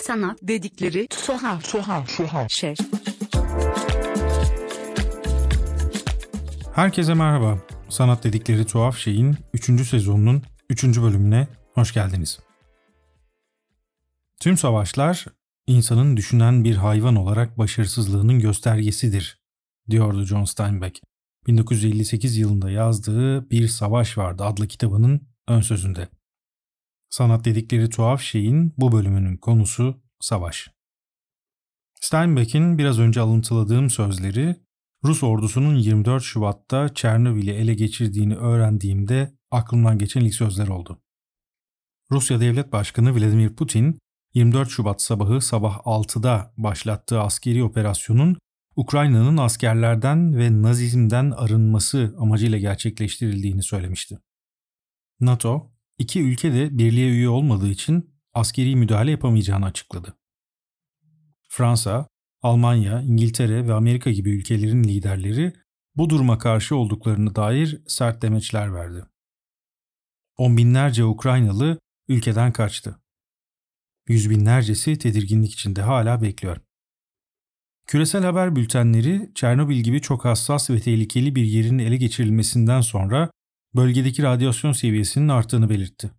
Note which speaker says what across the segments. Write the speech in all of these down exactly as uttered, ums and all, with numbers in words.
Speaker 1: Sanat dedikleri tuhaf tuhaf tuhaf şey.
Speaker 2: Herkese merhaba. Sanat dedikleri tuhaf şeyin üçüncü sezonunun üçüncü bölümüne hoş geldiniz. Tüm savaşlar insanın düşünen bir hayvan olarak başarısızlığının göstergesidir, diyordu John Steinbeck. bin dokuz yüz elli sekiz yılında yazdığı Bir Savaş Vardı adlı kitabının ön sözünde. Sanat dedikleri tuhaf şeyin bu bölümünün konusu savaş. Steinbeck'in biraz önce alıntıladığım sözleri Rus ordusunun yirmi dört Şubat'ta Çernobil'i ele geçirdiğini öğrendiğimde aklımdan geçen ilk sözler oldu. Rusya Devlet Başkanı Vladimir Putin, yirmi dört Şubat sabahı sabah altıda başlattığı askeri operasyonun Ukrayna'nın askerlerden ve Nazizm'den arınması amacıyla gerçekleştirildiğini söylemişti. NATO, iki ülke de birliğe üye olmadığı için askeri müdahale yapamayacağını açıkladı. Fransa, Almanya, İngiltere ve Amerika gibi ülkelerin liderleri bu duruma karşı olduklarına dair sert demeçler verdi. On binlerce Ukraynalı ülkeden kaçtı. Yüz binlercesi tedirginlik içinde hala bekliyor. Küresel haber bültenleri Çernobil gibi çok hassas ve tehlikeli bir yerin ele geçirilmesinden sonra bölgedeki radyasyon seviyesinin arttığını belirtti.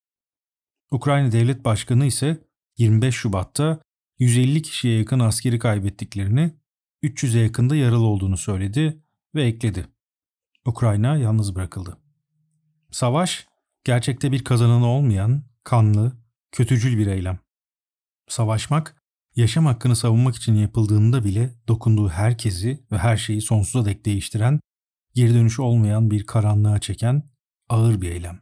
Speaker 2: Ukrayna Devlet Başkanı ise yirmi beş Şubat'ta yüz elli kişiye yakın askeri kaybettiklerini, üç yüze yakında yaralı olduğunu söyledi ve ekledi. Ukrayna yalnız bırakıldı. Savaş, gerçekte bir kazananı olmayan, kanlı, kötücül bir eylem. Savaşmak, yaşam hakkını savunmak için yapıldığında bile dokunduğu herkesi ve her şeyi sonsuza dek değiştiren, geri dönüşü olmayan bir karanlığa çeken ağır bir eylem.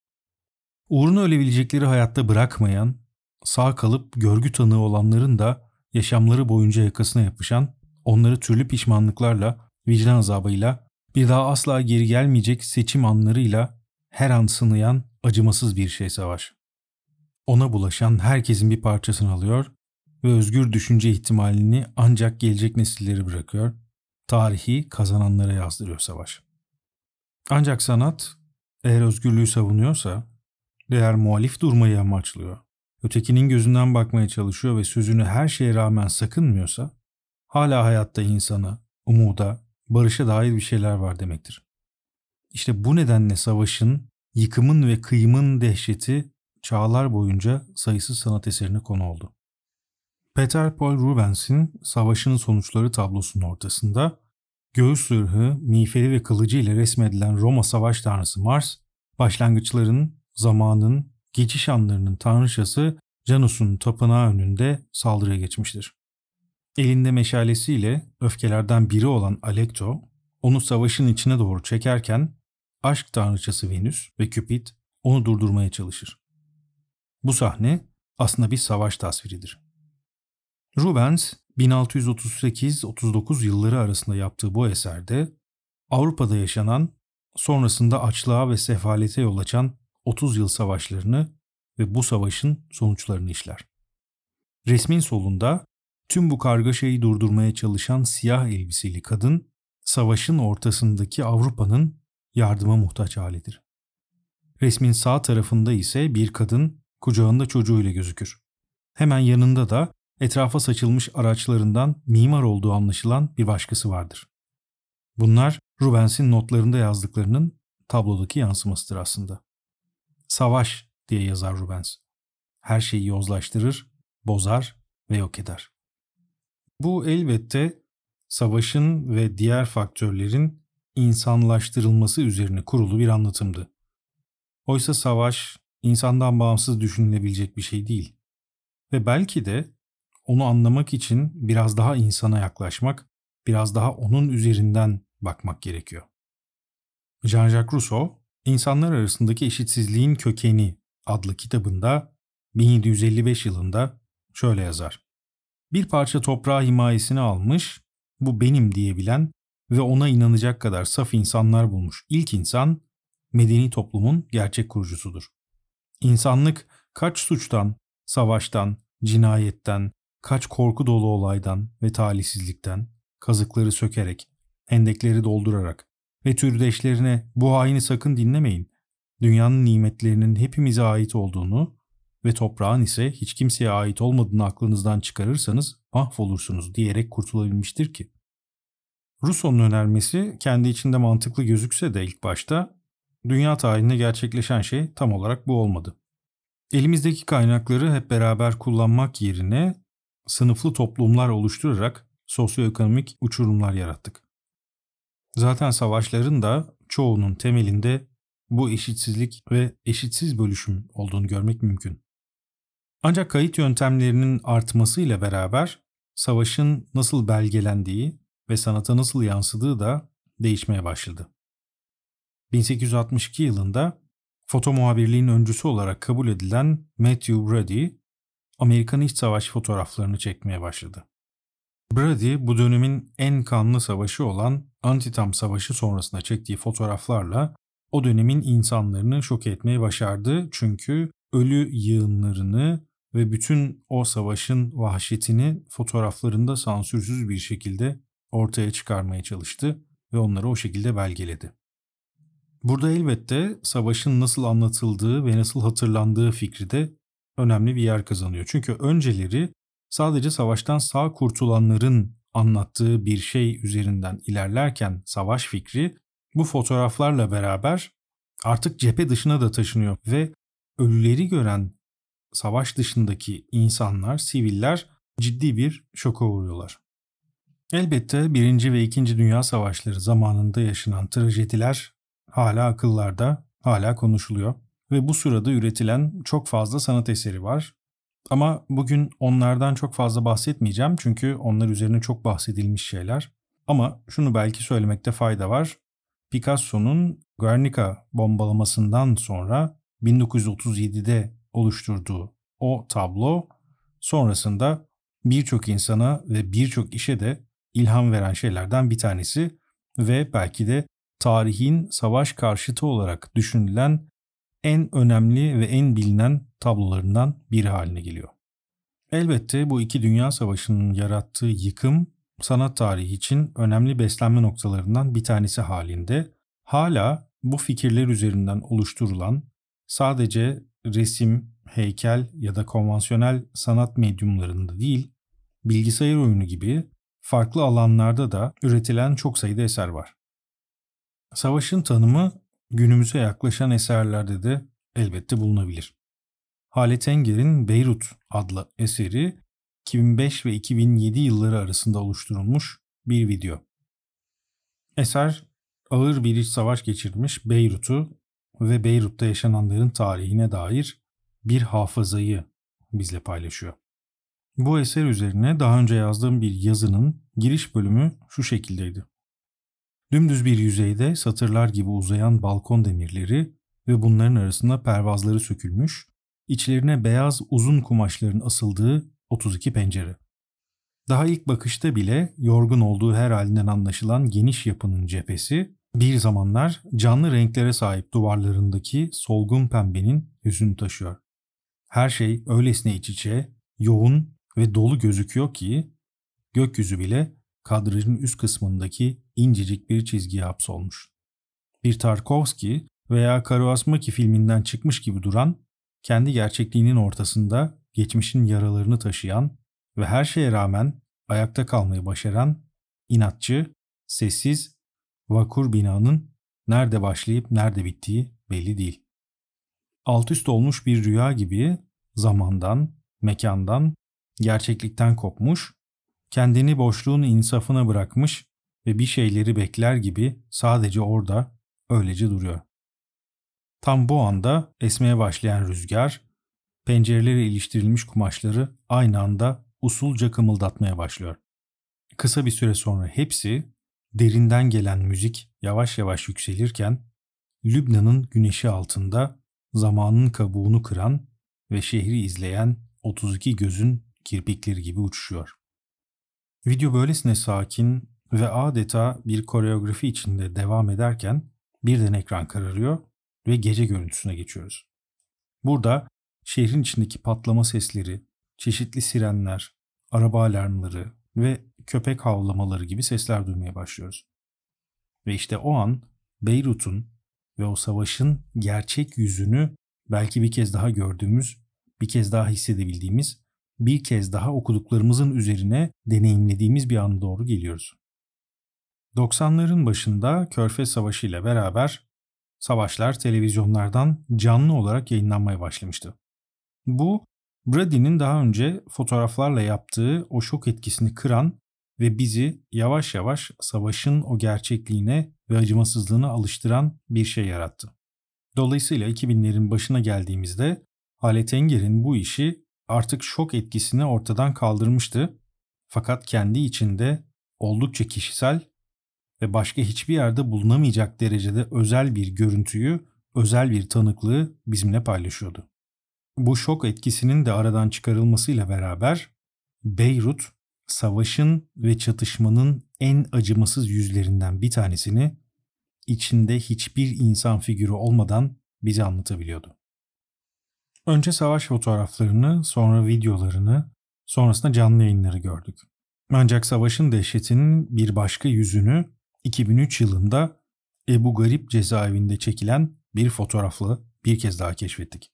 Speaker 2: Uğruna ölebilecekleri hayatta bırakmayan, sağ kalıp görgü tanığı olanların da yaşamları boyunca yakasına yapışan, onları türlü pişmanlıklarla, vicdan azabıyla, bir daha asla geri gelmeyecek seçim anlarıyla her an sınayan acımasız bir şey savaş. Ona bulaşan herkesin bir parçasını alıyor ve özgür düşünce ihtimalini ancak gelecek nesilleri bırakıyor, tarihi kazananlara yazdırıyor savaş. Ancak sanat, eğer özgürlüğü savunuyorsa, eğer muhalif durmayı amaçlıyor, ötekinin gözünden bakmaya çalışıyor ve sözünü her şeye rağmen sakınmıyorsa, hala hayatta insana, umuda, barışa dair bir şeyler var demektir. İşte bu nedenle savaşın, yıkımın ve kıyımın dehşeti çağlar boyunca sayısız sanat eserine konu oldu. Peter Paul Rubens'in Savaşın Sonuçları tablosunun ortasında, göğüs zırhı, miğferi ve kılıcı ile resmedilen Roma savaş tanrısı Mars, başlangıçların, zamanın, geçiş anlarının tanrıçası Janus'un tapınağı önünde saldırıya geçmiştir. Elinde meşalesiyle öfkelerden biri olan Alekto, onu savaşın içine doğru çekerken aşk tanrıçası Venüs ve Cupid onu durdurmaya çalışır. Bu sahne aslında bir savaş tasviridir. Rubens, bin altı yüz otuz sekiz otuz dokuz yılları arasında yaptığı bu eserde Avrupa'da yaşanan, sonrasında açlığa ve sefalete yol açan otuz yıl savaşlarını ve bu savaşın sonuçlarını işler. Resmin solunda tüm bu kargaşayı durdurmaya çalışan siyah elbiseli kadın, savaşın ortasındaki Avrupa'nın yardıma muhtaç halidir. Resmin sağ tarafında ise bir kadın kucağında çocuğuyla gözükür. Hemen yanında da etrafa saçılmış araçlarından mimar olduğu anlaşılan bir başkası vardır. Bunlar Rubens'in notlarında yazdıklarının tablodaki yansımasıdır aslında. Savaş diye yazar Rubens. Her şeyi yozlaştırır, bozar ve yok eder. Bu elbette savaşın ve diğer faktörlerin insanlaştırılması üzerine kurulu bir anlatımdı. Oysa savaş insandan bağımsız düşünülebilecek bir şey değil. Ve belki de onu anlamak için biraz daha insana yaklaşmak, biraz daha onun üzerinden bakmak gerekiyor. Jean-Jacques Rousseau, İnsanlar Arasındaki Eşitsizliğin Kökeni adlı kitabında bin yedi yüz elli beş yılında şöyle yazar. Bir parça toprağı himayesine almış, bu benim diyebilen ve ona inanacak kadar saf insanlar bulmuş ilk insan, medeni toplumun gerçek kurucusudur. İnsanlık kaç suçtan, savaştan, cinayetten, kaç korku dolu olaydan ve talihsizlikten, kazıkları sökerek, hendekleri doldurarak ve türdeşlerine bu haini sakın dinlemeyin, dünyanın nimetlerinin hepimize ait olduğunu, ve toprağın ise hiç kimseye ait olmadığını aklınızdan çıkarırsanız mahvolursunuz diyerek kurtulabilmiştir ki. Rousseau'nun önermesi kendi içinde mantıklı gözükse de ilk başta dünya tarihinde gerçekleşen şey tam olarak bu olmadı. Elimizdeki kaynakları hep beraber kullanmak yerine sınıflı toplumlar oluşturarak sosyoekonomik uçurumlar yarattık. Zaten savaşların da çoğunun temelinde bu eşitsizlik ve eşitsiz bölüşüm olduğunu görmek mümkün. Ancak kayıt yöntemlerinin artmasıyla beraber savaşın nasıl belgelendiği ve sanata nasıl yansıdığı da değişmeye başladı. bin sekiz yüz altmış iki yılında foto muhabirliğinin öncüsü olarak kabul edilen Matthew Brady, Amerikan İç Savaş fotoğraflarını çekmeye başladı. Brady bu dönemin en kanlı savaşı olan Antietam Savaşı sonrasında çektiği fotoğraflarla o dönemin insanlarını şok etmeyi başardı. Çünkü ölü yığınlarını ve bütün o savaşın vahşetini fotoğraflarında sansürsüz bir şekilde ortaya çıkarmaya çalıştı ve onları o şekilde belgeledi. Burada elbette savaşın nasıl anlatıldığı ve nasıl hatırlandığı fikri de önemli bir yer kazanıyor. Çünkü önceleri sadece savaştan sağ kurtulanların anlattığı bir şey üzerinden ilerlerken savaş fikri bu fotoğraflarla beraber artık cephe dışına da taşınıyor ve ölüleri gören savaş dışındaki insanlar, siviller ciddi bir şoka uğruyorlar. Elbette Birinci ve İkinci Dünya Savaşları zamanında yaşanan trajediler hala akıllarda, hala konuşuluyor ve bu sırada üretilen çok fazla sanat eseri var. Ama bugün onlardan çok fazla bahsetmeyeceğim çünkü onlar üzerine çok bahsedilmiş şeyler. Ama şunu belki söylemekte fayda var. Picasso'nun Guernica bombalamasından sonra bin dokuz yüz otuz yedide oluşturduğu o tablo sonrasında birçok insana ve birçok işe de ilham veren şeylerden bir tanesi ve belki de tarihin savaş karşıtı olarak düşünülen en önemli ve en bilinen tablolarından biri haline geliyor. Elbette bu iki dünya savaşının yarattığı yıkım sanat tarihi için önemli beslenme noktalarından bir tanesi halinde. Hala bu fikirler üzerinden oluşturulan sadece resim, heykel ya da konvansiyonel sanat medyumlarında değil, bilgisayar oyunu gibi farklı alanlarda da üretilen çok sayıda eser var. Savaşın tanımı günümüze yaklaşan eserlerde de elbette bulunabilir. Halet Enger'in Beyrut adlı eseri iki bin beş ve iki bin yedi yılları arasında oluşturulmuş bir video. Eser ağır bir iç savaş geçirmiş Beyrut'u ve Beyrut'ta yaşananların tarihine dair bir hafızayı bizle paylaşıyor. Bu eser üzerine daha önce yazdığım bir yazının giriş bölümü şu şekildeydi. Dümdüz bir yüzeyde satırlar gibi uzayan balkon demirleri ve bunların arasında pervazları sökülmüş, içlerine beyaz uzun kumaşların asıldığı otuz iki pencere. Daha ilk bakışta bile yorgun olduğu her halinden anlaşılan geniş yapının cephesi, bir zamanlar canlı renklere sahip duvarlarındaki solgun pembenin yüzünü taşıyor. Her şey öylesine iç içe, yoğun ve dolu gözüküyor ki, gökyüzü bile kadrajın üst kısmındaki incecik bir çizgiye hapsolmuş. Bir Tarkovski veya Kaurismäki filminden çıkmış gibi duran, kendi gerçekliğinin ortasında geçmişin yaralarını taşıyan ve her şeye rağmen ayakta kalmayı başaran, inatçı, sessiz, vakur binanın nerede başlayıp nerede bittiği belli değil. Alt üst olmuş bir rüya gibi zamandan, mekandan, gerçeklikten kopmuş, kendini boşluğun insafına bırakmış ve bir şeyleri bekler gibi sadece orada öylece duruyor. Tam bu anda esmeye başlayan rüzgar, pencerelere iliştirilmiş kumaşları aynı anda usulca kımıldatmaya başlıyor. Kısa bir süre sonra hepsi, derinden gelen müzik yavaş yavaş yükselirken, Lübnan'ın güneşi altında zamanın kabuğunu kıran ve şehri izleyen otuz iki gözün kirpikleri gibi uçuşuyor. Video böylesine sakin ve adeta bir koreografi içinde devam ederken birden ekran kararıyor ve gece görüntüsüne geçiyoruz. Burada şehrin içindeki patlama sesleri, çeşitli sirenler, araba alarmları ve köpek havlamaları gibi sesler duymaya başlıyoruz. Ve işte o an Beyrut'un ve o savaşın gerçek yüzünü belki bir kez daha gördüğümüz bir kez daha hissedebildiğimiz, bir kez daha okuduklarımızın üzerine deneyimlediğimiz bir ana doğru geliyoruz. doksanların başında Körfez Savaşı ile beraber savaşlar televizyonlardan canlı olarak yayınlanmaya başlamıştı. Bu, Brady'nin daha önce fotoğraflarla yaptığı o şok etkisini kıran ve bizi yavaş yavaş savaşın o gerçekliğine ve acımasızlığına alıştıran bir şey yarattı. Dolayısıyla iki binlerin başına geldiğimizde Halet Enger'in bu işi artık şok etkisini ortadan kaldırmıştı. Fakat kendi içinde oldukça kişisel ve başka hiçbir yerde bulunamayacak derecede özel bir görüntüyü, özel bir tanıklığı bizimle paylaşıyordu. Bu şok etkisinin de aradan çıkarılmasıyla beraber Beyrut, savaşın ve çatışmanın en acımasız yüzlerinden bir tanesini içinde hiçbir insan figürü olmadan bize anlatabiliyordu. Önce savaş fotoğraflarını, sonra videolarını, sonrasında canlı yayınları gördük. Ancak savaşın dehşetinin bir başka yüzünü iki bin üç yılında Ebu Garib cezaevinde çekilen bir fotoğrafla bir kez daha keşfettik.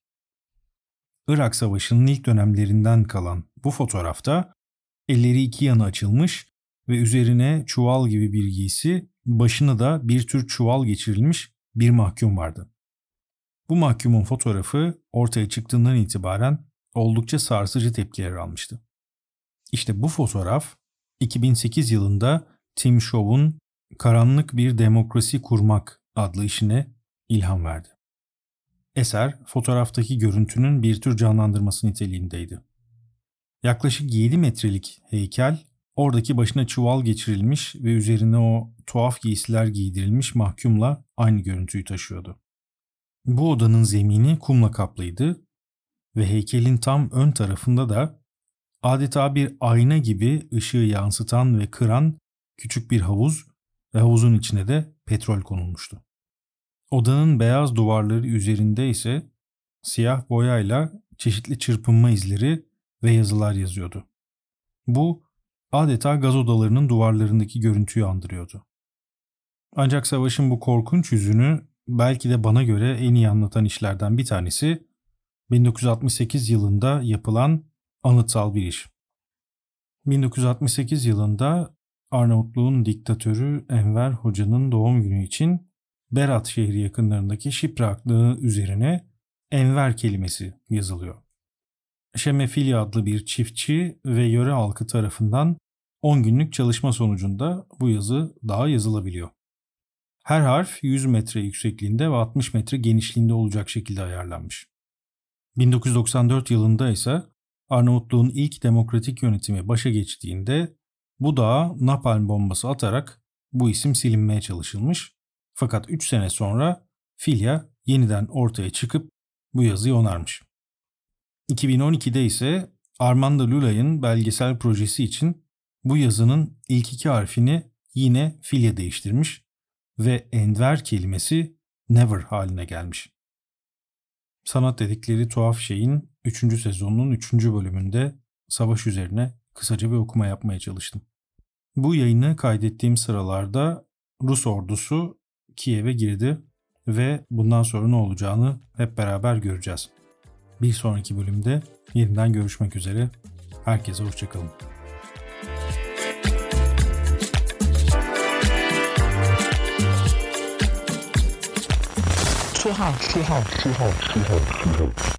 Speaker 2: Irak Savaşı'nın ilk dönemlerinden kalan bu fotoğrafta elleri iki yana açılmış ve üzerine çuval gibi bir giysi, başına da bir tür çuval geçirilmiş bir mahkum vardı. Bu mahkumun fotoğrafı ortaya çıktığından itibaren oldukça sarsıcı tepkiler almıştı. İşte bu fotoğraf iki bin sekiz yılında Tim Shaw'un Karanlık Bir Demokrasi Kurmak adlı işine ilham verdi. Eser, fotoğraftaki görüntünün bir tür canlandırması niteliğindeydi. Yaklaşık yedi metrelik heykel, oradaki başına çuval geçirilmiş ve üzerine o tuhaf giysiler giydirilmiş mahkumla aynı görüntüyü taşıyordu. Bu odanın zemini kumla kaplıydı ve heykelin tam ön tarafında da adeta bir ayna gibi ışığı yansıtan ve kıran küçük bir havuz ve havuzun içine de petrol konulmuştu. Odanın beyaz duvarları üzerinde ise siyah boyayla çeşitli çırpınma izleri ve yazılar yazıyordu. Bu adeta gaz odalarının duvarlarındaki görüntüyü andırıyordu. Ancak savaşın bu korkunç yüzünü belki de bana göre en iyi anlatan işlerden bir tanesi bin dokuz yüz altmış sekiz yılında yapılan anıtsal bir iş. bin dokuz yüz altmış sekiz yılında Arnavutluğun diktatörü Enver Hoca'nın doğum günü için Berat şehri yakınlarındaki Şiprak Dağı üzerine Enver kelimesi yazılıyor. Şemefilya adlı bir çiftçi ve yöre halkı tarafından on günlük çalışma sonucunda bu yazı dağa yazılabiliyor. Her harf yüz metre yüksekliğinde ve altmış metre genişliğinde olacak şekilde ayarlanmış. bin dokuz yüz doksan dört yılında ise Arnavutluğun ilk demokratik yönetimi başa geçtiğinde bu dağa napalm bombası atarak bu isim silinmeye çalışılmış. Fakat üç sene sonra Filya yeniden ortaya çıkıp bu yazıyı onarmış. iki bin on ikide ise Armando Lulay'ın belgesel projesi için bu yazının ilk iki harfini yine Filya değiştirmiş ve Enver kelimesi Never haline gelmiş. Sanat dedikleri tuhaf şeyin üçüncü sezonunun üçüncü bölümünde savaş üzerine kısaca bir okuma yapmaya çalıştım. Bu yayını kaydettiğim sıralarda Rus ordusu Kiev'e girdi ve bundan sonra ne olacağını hep beraber göreceğiz. Bir sonraki bölümde yeniden görüşmek üzere. Herkese hoşçakalın.
Speaker 1: Tuhaf, tuhaf, tuhaf, tuhaf, tuhaf.